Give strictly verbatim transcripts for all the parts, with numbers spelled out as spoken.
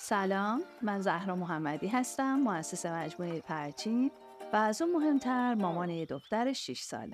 سلام، من زهرا محمدی هستم، مؤسس مجموعه پرچین و از اون مهمتر مامان یه دختر شش ساله.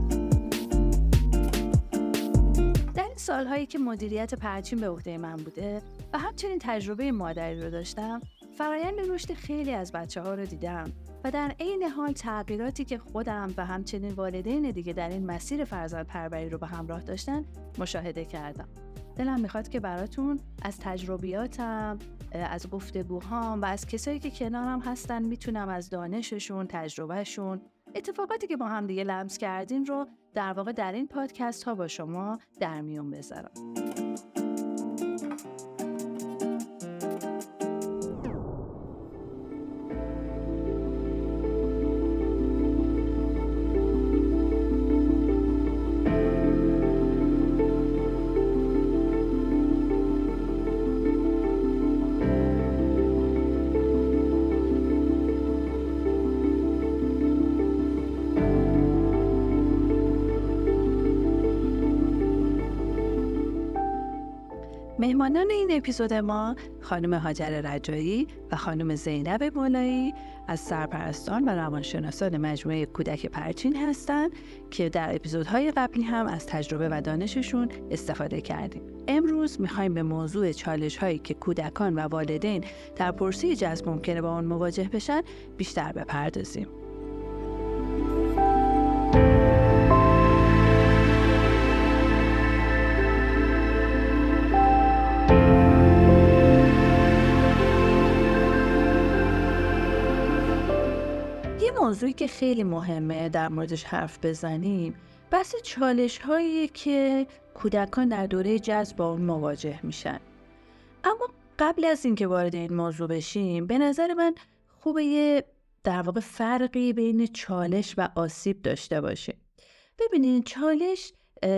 در این سالهایی که مدیریت پرچین به عهده من بوده و همچنین تجربه مادری رو داشتم، فرایند رشد خیلی از بچه‌ها رو دیدم و در عین حال تغییراتی که خودم و همچنین والدین دیگه در این مسیر فرزند پروری رو به همراه داشتن مشاهده کردم. دلم میخواد که براتون از تجربیاتم، از گفتگوهام و از کسایی که کنارم هستن میتونم از دانششون، تجربهشون، اتفاقاتی که با هم دیگه لمس کردیم رو در واقع در این پادکست ها با شما در میون بذارم. مهمانان این اپیزود ما خانم هاجر رجایی و خانم زینب مولایی از سرپرستان و روانشناسان مجموعه کودک پرچین هستند که در اپیزودهای قبلی هم از تجربه و دانششون استفاده کردیم. امروز میخوایم به موضوع چالش هایی که کودکان و والدین در پرسه جذب ممکنه با آن مواجه بشن بیشتر بپردازیم. موضوعی که خیلی مهمه در موردش حرف بزنیم بحث چالش هایی که کودکان در دوره جذب با اون مواجه میشن. اما قبل از اینکه وارد این موضوع بشیم به نظر من خوبه یه در واقع فرقی بین چالش و آسیب داشته باشیم. ببینید، چالش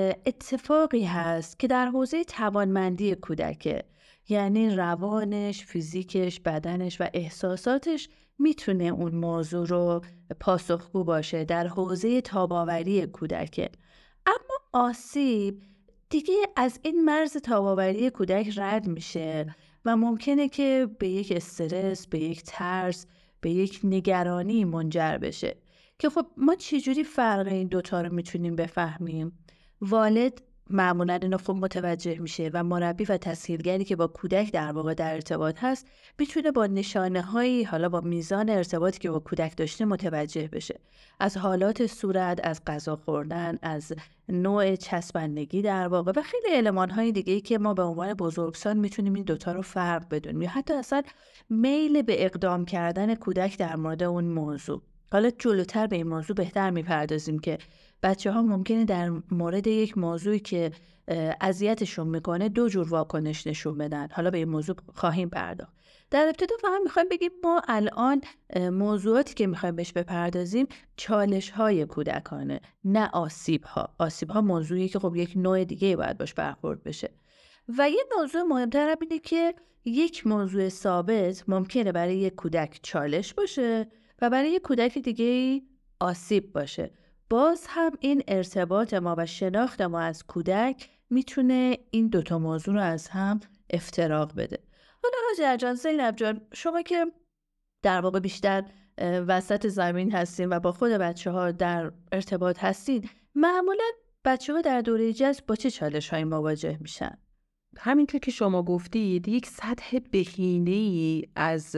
اتفاقی هست که در حوزه توانمندی کودکه، یعنی روانش، فیزیکش، بدنش و احساساتش میتونه اون موضوع رو پاسخگو باشه، در حوزه تاب‌آوری کودکه. اما آسیب دیگه از این مرز تاب‌آوری کودک رد میشه و ممکنه که به یک استرس، به یک ترس، به یک نگرانی منجر بشه که خب ما چجوری فرق این دوتا رو میتونیم بفهمیم؟ والد معمولاً اینو خوب متوجه میشه و مربی و تسهیلگری که با کودک در واقع در ارتباط هست میتونه با نشانه هایی، حالا با میزان ارتباطی که با کودک داشته متوجه بشه. از حالات صورت، از غذا خوردن، از نوع چسبندگی در واقع و خیلی المان های دیگه‌ای که ما به عنوان بزرگسال میتونیم این دوتا رو فرق بدونیم، یا حتی اصلا میل به اقدام کردن کودک در مورد اون موضوع. حالا جلوتر به این موضوع بهتر میپردازیم که بچه ها ممکنه در مورد یک موضوعی که اذیتشون میکنه دو جور واکنش نشون بدن. حالا به این موضوع خواهیم پرداخت. در ابتدا فقط میخوایم بگیم ما الان موضوعاتی که میخوایم بهش بپردازیم چالش های کودکانه، نه آسیب ها. آسیب ها موضوعی که خب یک نوع دیگه باید باش برخورد بشه. و یه موضوع مهمتر هم اینه که یک موضوع ثابت ممکنه برای یک کودک چالش باشه و برای یک کودک دیگه آسیب باشه. باز هم این ارتباط ما و شناخت ما از کودک میتونه این دوتا موضوع رو از هم افتراق بده. حالا هاجر جان، زینب جان، شما که در واقع بیشتر وسط زمین هستین و با خود بچه ها در ارتباط هستین، معمولا بچه ها در دوره جذب با چه چالش هایی مواجه میشن؟ همینطور که شما گفتید یک سطح بهینه‌ای از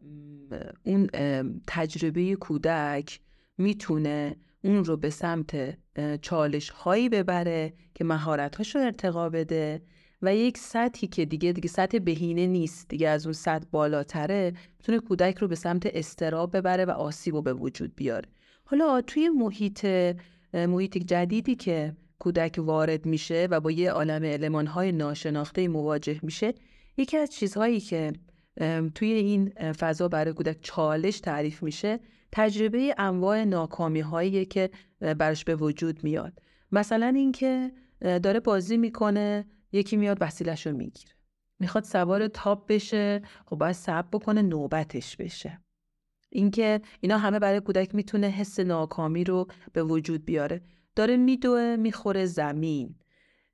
اون تجربه کودک میتونه اون رو به سمت چالش هایی ببره که مهارت‌هاش رو ارتقا بده و یک سطحی که دیگه دیگه سطح بهینه نیست، دیگه از اون سطح بالاتره، میتونه کودک رو به سمت اضطراب ببره و آسیب رو به وجود بیاره. حالا توی محیط محیط جدیدی که کودک وارد میشه و با یه عالم المان‌های ناشناخته مواجه میشه، یکی از چیزهایی که توی این فضا برای کودک چالش تعریف میشه تجربه انواع ناکامی‌هایی که برش به وجود میاد. مثلا این که داره بازی میکنه، یکی میاد وسیله‌ش رو میگیره، میخواد سوار تاپ بشه، خب باید صبر بکنه نوبتش بشه. این که اینا همه برای کودک میتونه حس ناکامی رو به وجود بیاره. داره میدوه، میخوره زمین،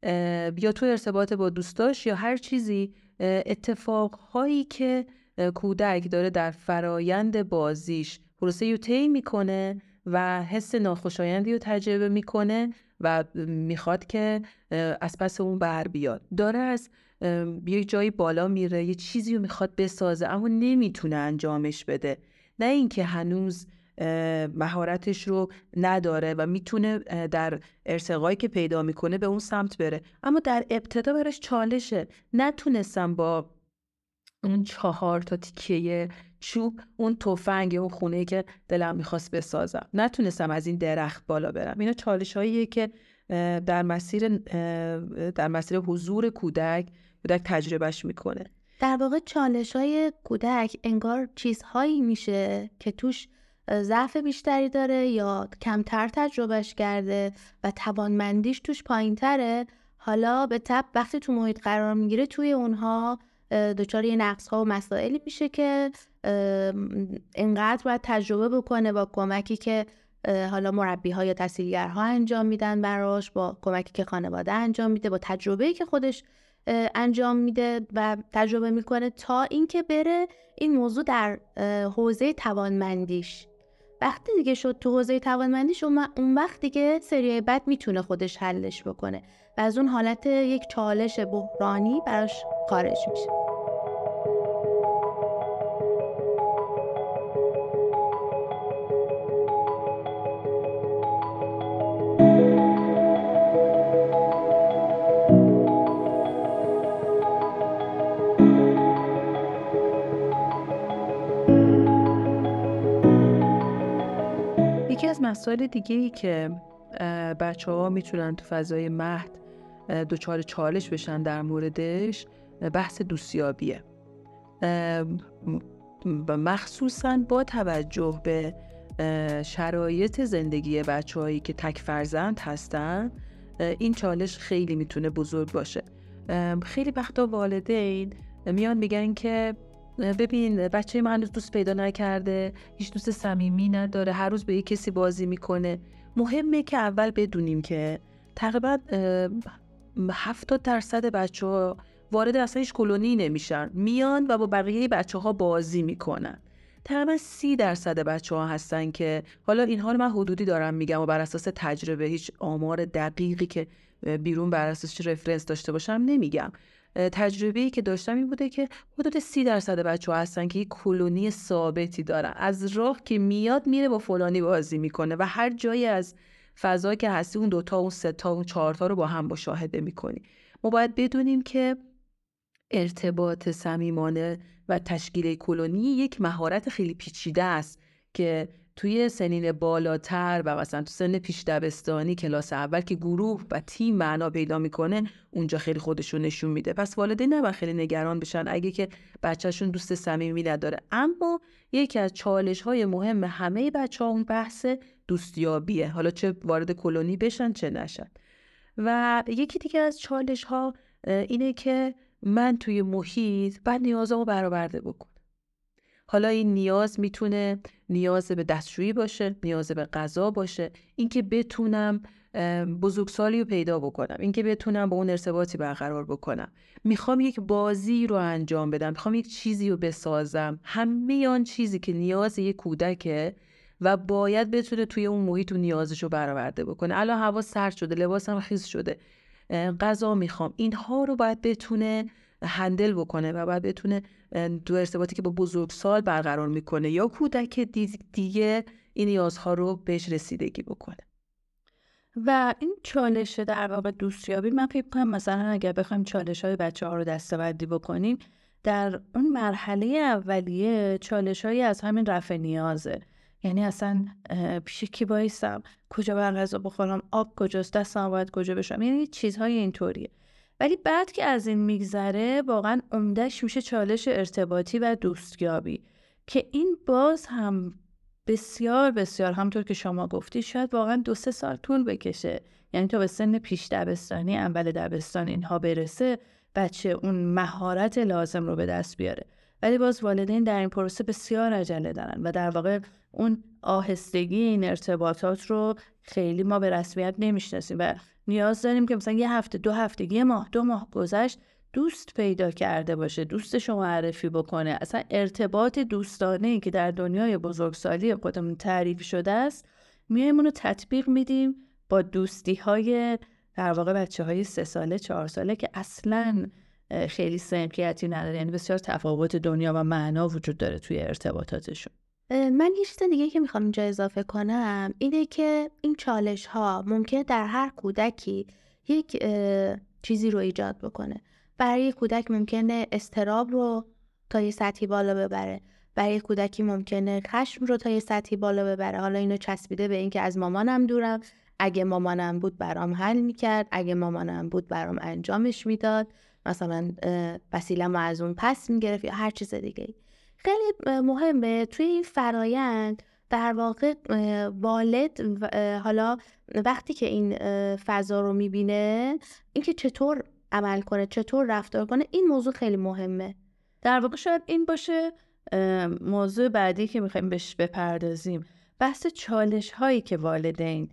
یا تو ارتباط با دوستاش یا هر چیزی، اتفاقهایی که کودک داره در فرایند بازیش پروسه رو طی میکنه و حس ناخوشایندی رو تجربه میکنه و میخواد که از پس اون بر بیاد، داره از یه جایی بالا میره، یه چیزی رو میخواد بسازه اما نمیتونه انجامش بده. نه اینکه هنوز مهارتش رو نداره و میتونه در ارتقایی که پیدا میکنه به اون سمت بره، اما در ابتدا براش چالشه. نتونستم با اون چهار تا تیکه چوب اون تفنگ اون خونه که دلم میخواست بسازم، نتونستم از این درخت بالا برم. اینا چالش هاییه که در مسیر در مسیر حضور کودک کودک تجربهش میکنه. در واقع چالش های کودک انگار چیزهایی میشه که توش ضعف بیشتری داره یا کمتر تجربهش کرده و توانمندیش توش پایین تره. حالا به تبع وقتی تو محیط قرار میگیره توی اونها دچار یه نقص ها و مسائلی میشه که انقدر باید تجربه بکنه با کمکی که حالا مربی ها یا تحصیلگرها انجام میدن براش، با کمکی که خانواده انجام میده، با تجربه‌ای که خودش انجام میده و تجربه میکنه، تا اینکه بره این موضوع در حوزه توانمندیش. وقتی دیگه شد تو حوزه توانمندیش، اون وقت دیگه سریای بعد میتونه خودش حلش بکنه و از اون حالت یک چالش بحرانی براش خارج میشه. یکی از مسائل دیگه‌ای که بچه‌ها میتونن تو فضای مهد دچار چالش بشن در موردش بحث دوستیابیه، مخصوصاً با توجه به شرایط زندگی بچه‌هایی که تک فرزند هستن. این چالش خیلی میتونه بزرگ باشه. خیلی وقتا والدین میان میگن که ببین بچه من هنوز دوست پیدا نکرده، هیچ دوست صمیمی نداره، هر روز به یک کسی بازی میکنه. مهمه که اول بدونیم که تقریبا هفتاد درصد بچه ها وارد اصلا هیچ کلونی نمیشن، میان و با بقیه بچه ها بازی میکنن. تقریبا سی درصد بچه ها هستن که، حالا اینها رو من حدودی دارم میگم و بر اساس تجربه، هیچ آمار دقیقی که بیرون بر اساس رفرنس داشته باشم نمیگم، تجربه‌ای که داشتم این بوده که حدود سی درصد بچه‌ها هستن که یک کلونی ثابتی دارن، از راه که میاد میره با فلانی بازی میکنه و هر جایی از فضا که هستی اون دوتا، اون سه تا، اون چهار تا رو با هم مشاهده میکنی. ما باید بدونیم که ارتباط صمیمانه و تشکیل کلونی یک مهارت خیلی پیچیده است که توی سنین بالاتر و مثلا تو سن پیش دبستانی کلاس اول که گروه و تیم معنا پیدا میکنه، اونجا خیلی خودشون نشون میده. پس والدین نباید خیلی نگران بشن اگه که بچهشون دوست صمیمی نداره. اما یکی از چالش‌های مهم همه بچه‌ها اون بحث دوستیابیه، حالا چه وارد کلونی بشن چه نشن. و یکی دیگه از چالش‌ها اینه که من توی محیط بعد نیازمو برآورده بکنم. حالا این نیاز میتونه نیاز به دستشویی باشه، نیاز به غذا باشه، اینکه بتونم بزرگسالی رو پیدا بکنم، اینکه بتونم با اون ارتباطی برقرار بکنم، میخوام یک بازی رو انجام بدم، میخوام یک چیزی رو بسازم. همه آن چیزی که نیاز یک کودکه و باید بتونه توی اون محیط و نیازش رو برآورده بکنه. الان هوا سرد شده، لباسم خیس شده، غذا میخوام، اینها رو باید بتونه هندل بکنه و باید بتونه تو ارتباطی که با بزرگسال برقرار میکنه یا کودک دیگه این نیازها رو بهش رسیدگی بکنه. و این چالش در واقع دوستیابی، من فکر کنم مثلا اگر بخوایم چالش های بچه ها رو دسته‌بندی بکنیم، در اون مرحله اولیه چالش هایی از همین رفع نیازه. یعنی اصلا پیش کی بایستم، کجا برم غذا بخورم، آب کجاست، دستم باید کجا بشم، یعنی چیزهای اینطوریه. ولی بعد که از این میگذره واقعا عمدهش میشه چالش ارتباطی و دوستیابی که این باز هم بسیار بسیار همطور که شما گفتی شاید واقعا دو سه سال طول بکشه، یعنی تا به سن پیش دبستانی، اول دبستان اینها برسه بچه اون مهارت لازم رو به دست بیاره. ولی باز والدین در این پروسه بسیار عجله دارن و در واقع اون آهستگی این ارتباطات رو خیلی ما به رسمیت نمیشناسیم و نیاز داریم که مثلا یه هفته، دو هفته، یه ماه، دو ماه گذشت دوست پیدا کرده باشه، دوستش رو معرفی بکنه. اصلا ارتباط دوستانه‌ای که در دنیای بزرگسالی خودمون تعریف شده است میایم اونو تطبیق میدیم با دوستی های در واقع بچه های سه ساله چهار ساله که اصلاً خیلی سنخیتی نداره، یعنی بسیار تفاوت دنیا و معنا وجود داره توی ارتباطاتشون. من یه چیز دیگه که میخوام اینجا اضافه کنم اینه که این چالش ها ممکنه در هر کودکی یک چیزی رو ایجاد بکنه. برای کودک ممکنه اضطراب رو تا یه سطحی بالا ببره، برای کودکی ممکنه خشم رو تا یه سطحی بالا ببره. حالا اینو چسبیده به این که از مامانم دورم، اگه مامانم بود برام حل میکرد، اگه مامانم بود برام انجامش میداد، مثلا وسیله‌مو از اون پس میگرفت یا هر چیز دیگه. خیلی مهمه توی این فرایند در واقع والد حالا وقتی که این فضا رو میبینه اینکه چطور عمل کنه، چطور رفتار کنه، این موضوع خیلی مهمه. در واقع شاید این باشه موضوع بعدی که میخوایم بهش بپردازیم، بحث چالش هایی که والدین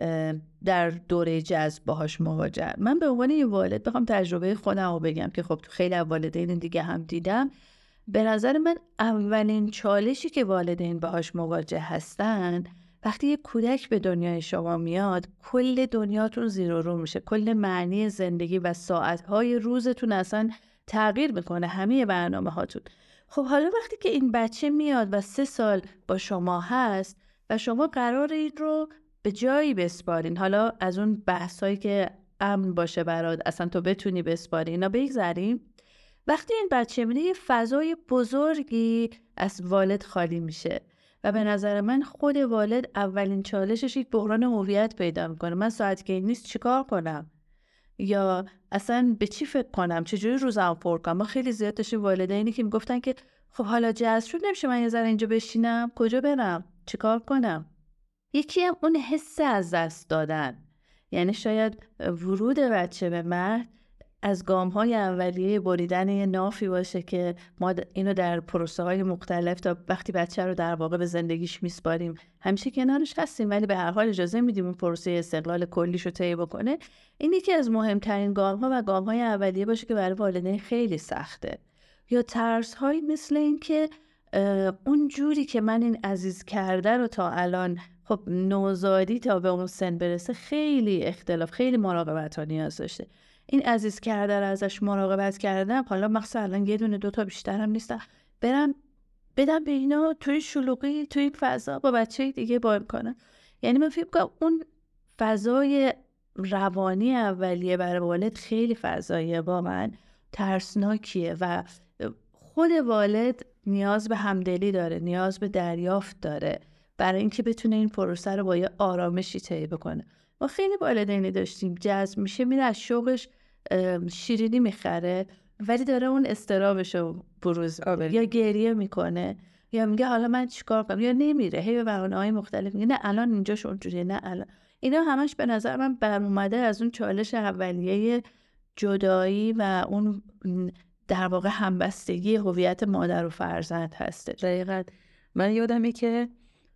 در دوره جذب باهاش مواجه. من به عنوان یه والد بخوام تجربه خودم رو بگم که خب تو خیلی والدین دیگه هم دیدم، به نظر من اولین چالشی که والدین باهاش مواجه هستن وقتی یه کودک به دنیای شما میاد، کل دنیاتون زیر و رو میشه، کل معنی زندگی و ساعتهای روزتون اصلا تغییر میکنه، همه برنامه هاتون. خب حالا وقتی که این بچه میاد و سه سال با شما هست و شما قرار این رو به جایی بسپارین، حالا از اون بحثایی که امن باشه برات، اصلا تو بتونی بسپاری، اینا بگذاریم. وقتی این بچه میده یه فضای بزرگی از والد خالی میشه و به نظر من خود والد اولین چالشش یک بحران هویت پیدا میکنه. من ساعت که این نیست چیکار کنم؟ یا اصلا به چی فکر کنم؟ چجوری روزم پر کنم؟ ما خیلی زیاد داشتیم والدینی که میگفتن که خب حالا جذب شد نمیشه من یه ذره اینجا بشینم؟ کجا برم؟ چیکار کنم؟ یکی هم اون حس از دست دادن، یعنی شاید ورود بچه به مهد از گام‌های اولیه بریدن یه نافی باشه که ما اینو در پروسه‌های مختلف تا وقتی بچه رو در واقع به زندگیش میسپاریم همیشه کنارش هستیم، ولی به هر حال اجازه میدیم اون پروسه استقلال کلیشو طی بکنه. این یکی از مهمترین گام‌ها و گام‌های اولیه باشه که برای والدین خیلی سخته. یا ترس‌هایی مثل این که اون جوری که من این عزیز کرده رو تا الان، خب نوزادی تا به اون سن برسه خیلی اختلاف، خیلی مراقبت ها نیاز داشته. این عزیز کرده رو ازش مراقبت کردم، حالا مثلا الان یه دونه دوتا بیشتر هم نیستن، برم بدم به اینا توی شلوغی توی فضا با بچه دیگه با امکانه. یعنی من فکر کنم اون فضای روانی اولیه برای والد خیلی فضاییه با من ترسناکیه و خود والد نیاز به همدلی داره، نیاز به دریافت داره برای اینکه بتونه این پروسه رو با یه آرامشی طی بکنه. ما خیلی والدینی داشتیم جذب میشه میره از شوقش شیرینی میخره ولی داره اون استرابشو بروز میده، یا گریه میکنه یا میگه حالا من چیکار کنم، یا نمیره هی به بهانه‌های مختلف میگه نه الان اینجاش اونجوریه، نه الان. اینا همش به نظر من برآمده از اون چالش اولیه جدایی و اون در واقع همبستگی هویت مادر و فرزند هسته. دقیقاً. من یادمه که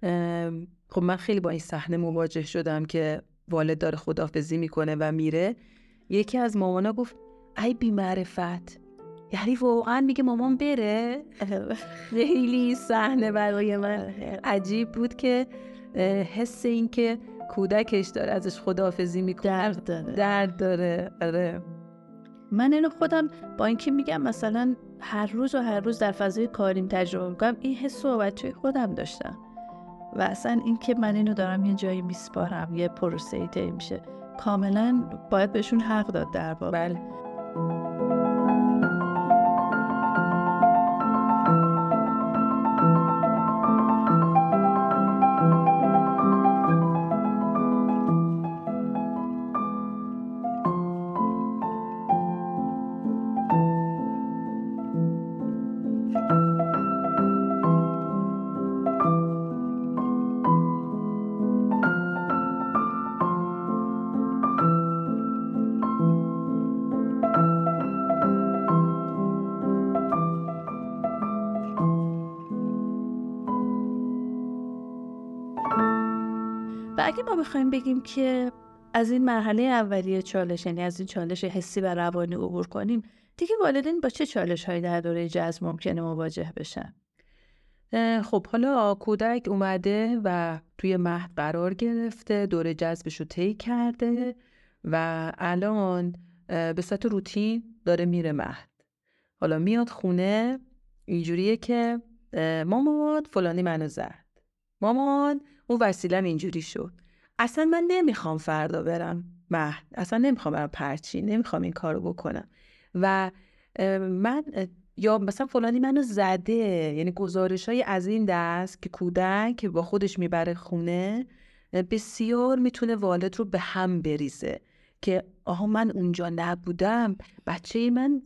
خب من خیلی با این صحنه مواجه شدم که والد داره خداحافظی میکنه و میره. یکی از مامانا گفت ای بی معرفت، یعنی واقعا میگه مامان بره؟ خیلی صحنه برای من عجیب بود که حس این که کودکش داره ازش خداحافظی میکنه درد داره درد داره. آره. من اینو خودم با اینکه میگم مثلا هر روز و هر روز در فضای کاریم تجربه میکنم، این حس رو بچه خودم داشتم و اصلا این که من اینو دارم یه جایی میسپارم یه پروسه‌ای طی میشه، کاملا باید بهشون حق داد در واقع. بله. و اگه ما بخوایم بگیم که از این مرحله اولیه چالش، یعنی از این چالش حسی و روانی عبور کنیم، دیگه والدین با چه چالش‌هایی در دوره جذب ممکنه مواجه بشن؟ خب حالا کودک اومده و توی مهد قرار گرفته، دوره جذبش رو طی کرده و الان به صورت روتین داره میره مهد. حالا میاد خونه اینجوریه که مامان فلانی منو زد، مامان اون وسیلم اینجوری شد، اصلا من نمیخوام فردا برم مهد، اصلا نمیخوام برم پرچین، نمیخوام این کارو بکنم و من یا مثلا فلانی منو زده. یعنی گزارش‌های از این دست که کودک با خودش میبره خونه بسیار میتونه والد رو به هم بریزه که آها من اونجا نبودم، بچه من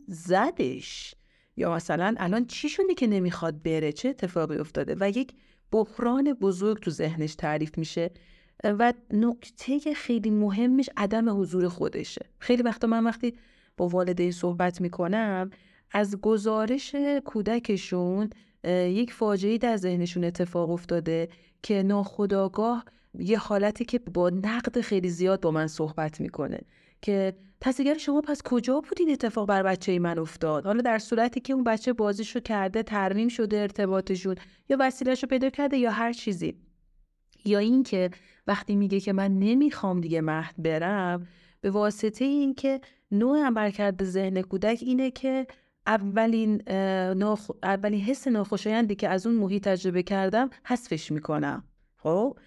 زدش، یا مثلا الان چی شده که نمیخواد بره، چه اتفاقی افتاده، و یک بحران بزرگ تو ذهنش تعریف میشه. و نکته خیلی مهمش عدم حضور خودشه. خیلی وقتا من وقتی با والدین صحبت میکنم از گزارش کودکشون یک فاجعه‌ای در ذهنشون اتفاق افتاده که ناخودآگاه یه حالتی که با نقد خیلی زیاد با من صحبت میکنه که تصدیگر شما پس کجا بودین اتفاق بر بچه من افتاد، حالا در صورتی که اون بچه بازیشو کرده، ترمیم شده ارتباطشون، یا وسیله‌شو پیدا کرده یا هر چیزی. یا این که وقتی میگه که من نمیخوام دیگه مهد برم، به واسطه این که نوع عملکرد ذهن کودک اینه که اولین ناخ... اولین حس ناخوشایندی که از اون محیط تجربه کردم حذفش میکنم. خب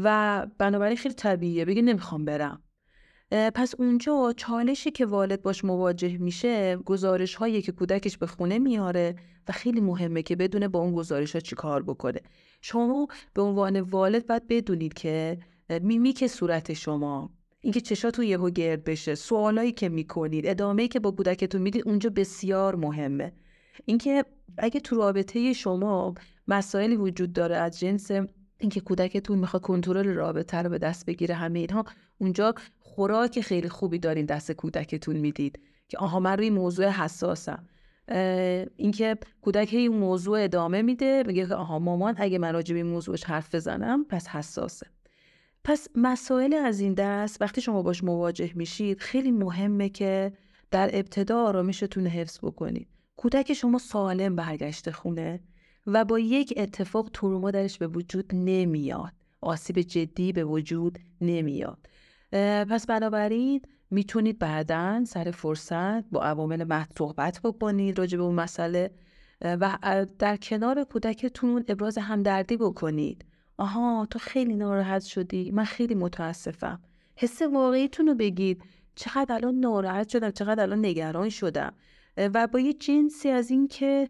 و بنابراین خیلی طبیعیه بگه نمیخوام برم. پس اونجا چالشی که والد باش مواجه میشه گزارش هایی که کودکش به خونه میاره و خیلی مهمه که بدونه با اون گزارش ها چی کار بکنه. شما به عنوان والد باید بدونید که میمیک صورت شما، اینکه چشاتون یهو گرد بشه، سوالایی که میکنید، ادامه‌ای که با کودکتون میدید اونجا بسیار مهمه. اینکه اگه تو رابطه شما مسائلی وجود داره از جنس اینکه کودکتون میخواد کنترل رابطه رو به دست بگیره، همه اینها، اونجا خوراک خیلی خوبی دارین دست کودکتون میدید که آها من روی موضوع حساسم. اینکه کودک این موضوع ادامه میده، میگه که آها مامان اگه من راجع به این موضوعش حرف بزنم پس حساسه. پس مسائل از این دست وقتی شما باش مواجه میشید خیلی مهمه که در ابتدا آرامشتون حفظ بکنید. کودک شما سالم برگشته خونه و با یک اتفاق تروما درش به وجود نمیاد، آسیب جدی به وجود نمیاد. پس بنابراین میتونید بعداً سر فرصت با عوامل مهد صحبت بکنید راجع به اون مسئله و در کنار کودکتون ابراز همدردی بکنید. آها تو خیلی ناراحت شدی، من خیلی متاسفم. حس واقعیتون رو بگید، چقدر الان ناراحت شدم، چقدر الان نگران شدم، و با یه جنسی از این که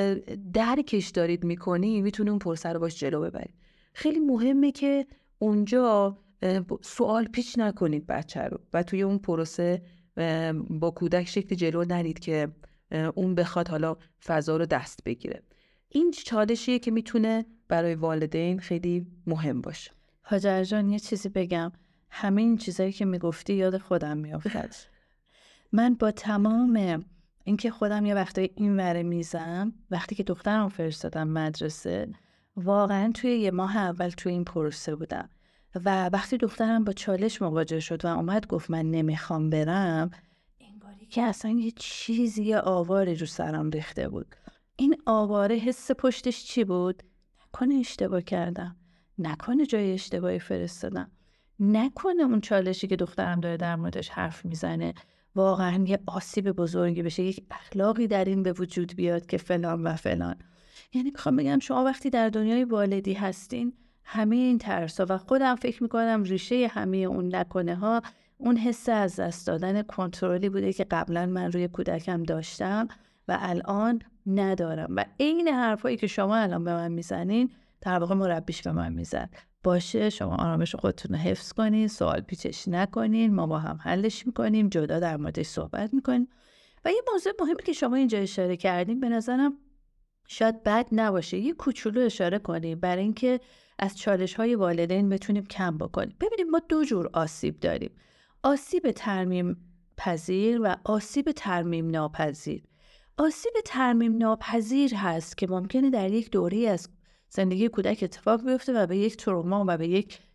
درکش دارید میکنی میتونه اون پروسه رو باش جلو ببرید. خیلی مهمه که اونجا سوال پیچ نکنید بچه رو و توی اون پروسه با کودک شکل جلو نرید که اون بخواد حالا فضا رو دست بگیره. این چالشیه که میتونه برای والدین خیلی مهم باشه. هاجر جان یه چیزی بگم، همه این چیزایی که میگفتی یاد خودم میافتاد. من با تمام اینکه خودم یه وقتایی این وره میزم، وقتی که دخترم فرستادم مدرسه واقعا توی یه ماه اول توی این پروسه بودم و وقتی دخترم با چالش مواجه شد و اومد گفت من نمیخوام برم، انگاری که اصلا یه چیزی یه آواری رو سرم ریخته بود. این آواره حس پشتش چی بود؟ نکنه اشتباه کردم، نکنه جای اشتباهی فرستادم، نکنه اون چالشی که دخترم داره در موردش حرف میزنه واقعا یه آسیب بزرگی بشه، یک اخلاقی در این به وجود بیاد که فلان و فلان. یعنی میخوام بگم شما وقتی در دنیای والدی هستین همه این ترسا و خودم فکر میکنم ریشه همه اون نکنه ها اون حس از دست دادن کنترلی بوده که قبلا من روی کودکم داشتم و الان ندارم. و این حرفایی که شما الان به من میزنین در واقع مربیش به من میزد. باشه شما آرامش خودتون رو حفظ کنین، سوال پیچش نکنین، ما با هم حلش میکنیم، جدا در موردش صحبت میکنیم. و یه موضوع مهمی که شما اینجا اشاره کردین به نظرم شاید بد نباشه یه کوچولو اشاره کنیم برای اینکه از چالش‌های والدین بتونیم کم بکنیم. ببینید ما دو جور آسیب داریم، آسیب ترمیم پذیر و آسیب ترمیم ناپذیر. آسیب ترمیم ناپذیر هست که ممکنه در یک دوره از زندگی کودک اتفاق بیفته و به یک تروما و به یک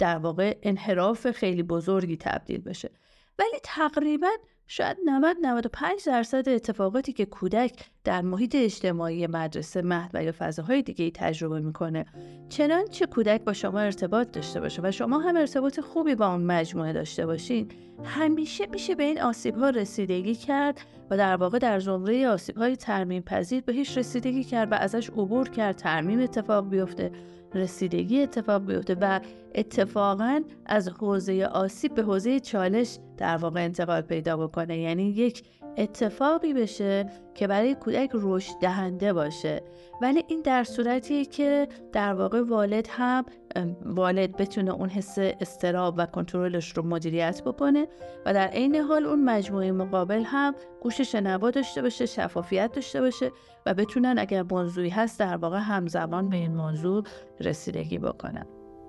در واقع انحراف خیلی بزرگی تبدیل بشه. ولی تقریبا شاید نود تا نود و پنج درصد اتفاقاتی که کودک در محیط اجتماعی مدرسه، مهد و یا فضاهای دیگه تجربه میکنه، چنانچه کودک با شما ارتباط داشته باشه و شما هم ارتباط خوبی با اون مجموعه داشته باشین، همیشه میشه به این آسیب‌ها رسیدگی کرد و در واقع در زمره آسیب‌های ترمیم پذیر بهش رسیدگی کرد و ازش عبور کرد، ترمیم اتفاق بیفته، رسیدگی اتفاق بیفته و اتفاقاً از حوزه آسیب به حوزه چالش در واقع انتقال پیدا بکنه. یعنی یک اتفاقی بشه که برای کودک رشد دهنده باشه. ولی این در صورتیه که در واقع والد هم والد بتونه اون حس اضطراب و کنترلش رو مدیریت بکنه و در عین حال اون مجموعه مقابل هم گوش شنوا داشته باشه، شفافیت داشته باشه و بتونن اگر موضوعی هست در واقع همزمان به این موضوع رسیدگی بکنن.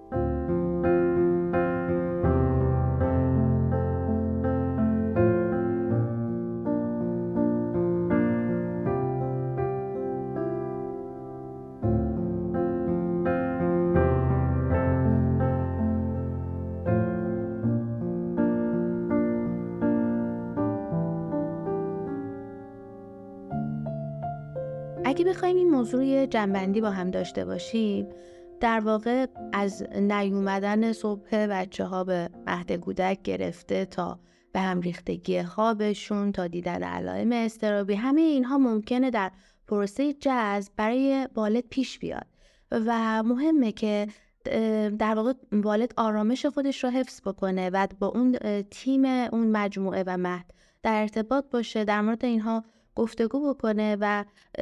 اگه بخوایم این موضوع یه جنبندی با هم داشته باشیم، در واقع از نیومدن صبح بچه ها به مهد کودک گرفته تا به هم ریختگی خوابشون تا دیدن علائم اضطرابی، همه اینها ممکنه در پروسه جذب برای والد پیش بیاد و مهمه که در واقع والد آرامش خودش رو حفظ بکنه و با اون تیم اون مجموعه و مهد در ارتباط باشه، در مورد اینها گفتگو بکنه و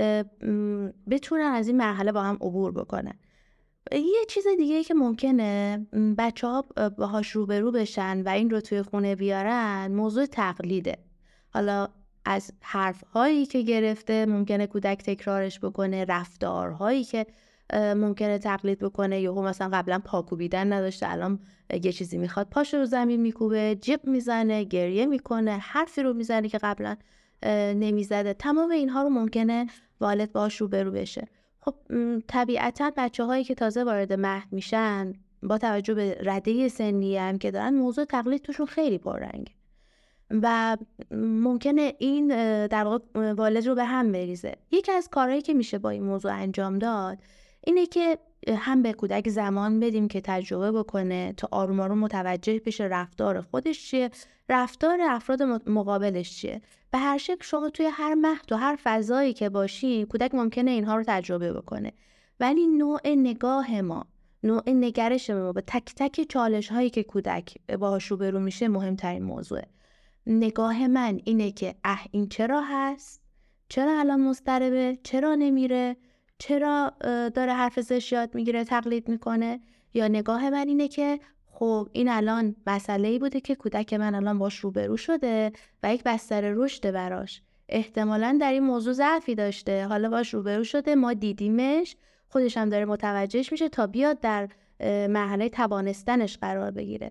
بتونن از این مرحله با هم عبور بکنن. یه چیز دیگه که ممکنه بچه ها باهاش روبرو بشن و این رو توی خونه بیارن، موضوع تقلیده. حالا از حرف هایی که گرفته ممکنه کودک تکرارش بکنه، رفتارهایی که ممکنه تقلید بکنه، یا مثلا قبلا پاکوبیدن نداشته، الان یه چیزی میخواد پاشو رو زمین میکوبه، جیب میزنه، گریه میکنه، حرفی رو میزنه که قبلا نمیزده. تمام اینها رو ممکنه والد باهاش روبرو بشه. خب طبیعتاً بچه هایی که تازه وارد مهد میشن با توجه به رده سنی هم که دارن، موضوع تقلید توشون خیلی پررنگه و ممکنه این در واقع والد رو به هم بریزه. یکی از کارهایی که میشه با این موضوع انجام داد اینه که هم به کودک زمان بدیم که تجربه بکنه تا آروم آروم متوجه بشه رفتار خودش چیه، رفتار افراد مقابلش چیه. به هر شکل شما توی هر مهد و هر فضایی که باشی، کودک ممکنه اینها رو تجربه بکنه، ولی نوع نگاه ما، نوع نگرش ما به تک تک چالش هایی که کودک باهاش روبرو میشه مهمترین موضوعه. نگاه من اینه که اه این چرا هست؟ چرا الان مضطربه؟ چرا نمیره؟ چرا داره حرف زشت یاد میگیره، تقلید میکنه؟ یا نگاه من اینه که خب این الان مسئله‌ای بوده که کودک من الان باش روبرو شده و یک بستر رشد براش، احتمالاً در این موضوع ضعفی داشته، حالا باش روبرو شده، ما دیدیمش، خودش هم داره متوجهش میشه تا بیاد در مرحله توانستنش قرار بگیره.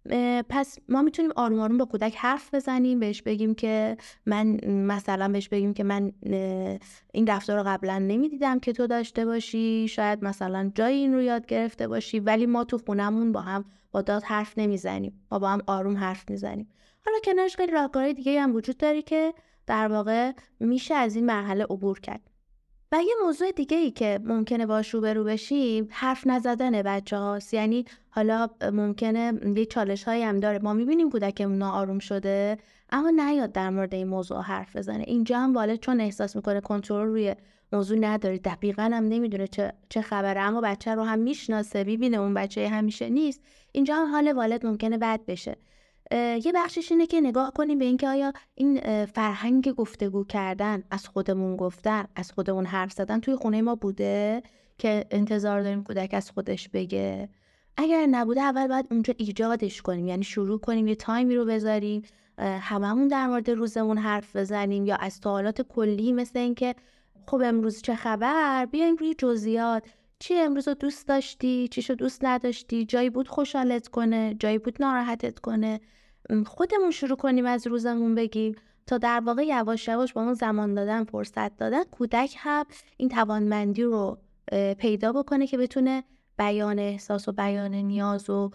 پس ما میتونیم آروم آروم با کودک حرف بزنیم، بهش بگیم که من مثلا بهش بگیم که من این رفتار رو قبلا نمیدیدم که تو داشته باشی، شاید مثلا جای این رو یاد گرفته باشی، ولی ما تو خونمون با هم با داد حرف نمیزنیم، ما با هم آروم حرف میزنیم. حالا کنارش خیلی راهکارهای دیگه هم وجود داره که در واقع میشه از این مرحله عبور کرد. و یه موضوع دیگه ای که ممکنه باش روبرو بشیم، حرف نزدن بچه هاست. یعنی حالا ممکنه یه چالش هایی هم داره، ما میبینیم کودکمون ناآروم شده اما نیاد در مورد این موضوع حرف بزنه. اینجا هم والد چون احساس میکنه کنترل روی موضوع نداره، دقیقاً هم نمیدونه چه چه خبره، اما بچه رو هم میشناسه، میبینه اون بچه همیشه نیست، اینجا هم حال والد ممکنه بد بشه. یه بخشش اینه که نگاه کنیم به این که آیا این فرهنگ گفتگو کردن، از خودمون گفتن، از خودمون حرف زدن توی خونه ما بوده که انتظار داریم کودک از خودش بگه. اگر نبوده اول باید اونجا ایجادش کنیم، یعنی شروع کنیم یه تایمی رو بذاریم هممون در مورد روزمون حرف بزنیم، یا از سوالات کلی مثل این که خب امروز چه خبر، بیایم روی جزئیات، چی امروز رو دوست داشتی، چیشو دوست نداشتی، جایی بود خوشحالت کنه، جایی بود ناراحتت کنه، خودمون شروع کنیم از روزمون بگیم تا در واقع یواش یواش با اون زمان دادن، فرصت دادن، کودک هم این توانمندی رو پیدا بکنه که بتونه بیان احساس و بیان نیاز و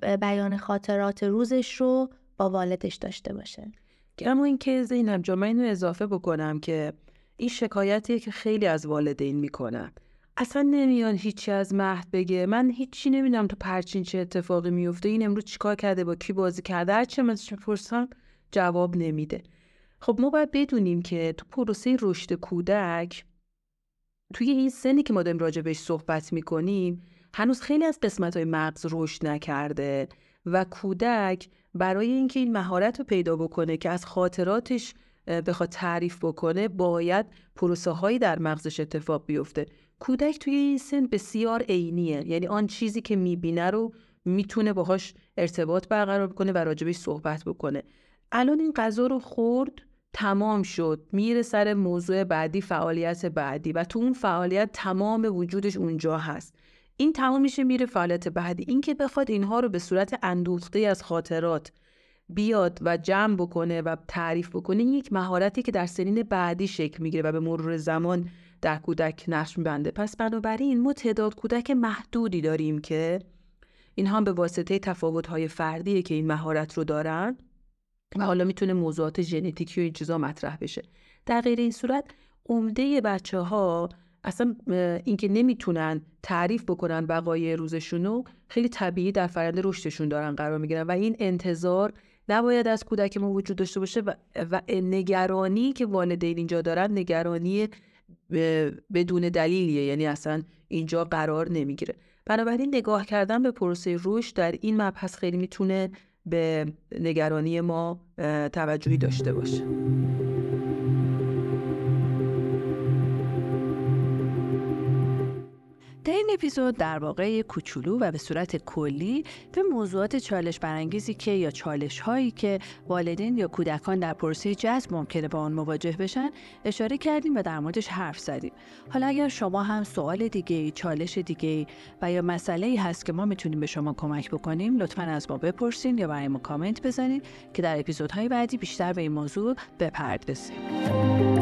بیان خاطرات روزش رو با والدش داشته باشه. اما این که زینب جا من اینو اضافه بکنم که این شکایتیه که خیلی از والدین میکنن. اصلا نمیان هیچی از مهد بگه، من هیچی نمیدونم تو پرچین چه اتفاقی میفته، این امروز چیکار کرده، با کی بازی کرده، هر چی ازش میپرسم جواب نمیده. خب ما باید بدونیم که تو پروسه رشد کودک، توی این سنی که ما داریم راجع بهش صحبت میکنیم، هنوز خیلی از قسمت‌های مغز رشد نکرده و کودک برای اینکه این مهارت رو پیدا بکنه که از خاطراتش بخواد تعریف بکنه، باید پروسه هایی در مغزش اتفاق بیفته. کودک توی این سن بسیار عینیه، یعنی آن چیزی که میبینه رو میتونه باهاش ارتباط برقرار بکنه و راجبش صحبت بکنه. الان این غذا رو خورد، تمام شد، میره سر موضوع بعدی، فعالیت بعدی، و تو اون فعالیت تمام وجودش اونجا هست. این تمام میشه میره فعالیت بعدی. این که بخواد اینها رو به صورت اندوخته از خاطرات بیاد و جمع بکنه و تعریف بکنه، این یک مهارتی که در سنین بعدی شکل میگیره و به مرور زمان در کودک نقش میبنده. پس بنابراین ما تعداد کودک محدودی داریم که اینها به واسطه تفاوت‌های فردیه که این مهارت رو دارن و حالا میتونه موضوعات ژنتیکی و این چیزا مطرح بشه. در غیر این صورت عمده بچه‌ها اصلا اینکه نمیتونن تعریف بکنن وقایع روزشونو، خیلی طبیعی در فرآیند رشدشون دارن قرار میگیرن و این انتظار نباید از کودک ما وجود داشته باشه و, و نگرانی که والدین اینجا دارن نگرانی بدون دلیلیه، یعنی اصلا اینجا قرار نمیگیره. بنابراین نگاه کردن به پروسه رشد در این مبحث خیلی میتونه به نگرانی ما توجهی داشته باشه. در این اپیزود در واقع کوچولو و به صورت کلی به موضوعات چالش برانگیزی که یا چالش هایی که والدین یا کودکان در پروسه جذب ممکنه با آن مواجه بشن اشاره کردیم و در موردش حرف زدیم. حالا اگر شما هم سوال دیگه، چالش دیگه و یا مسئله‌ای هست که ما میتونیم به شما کمک بکنیم، لطفاً از ما بپرسین یا برای ما کامنت بزنید که در اپیزودهای بعدی بیشتر به این موضوع بپردازیم.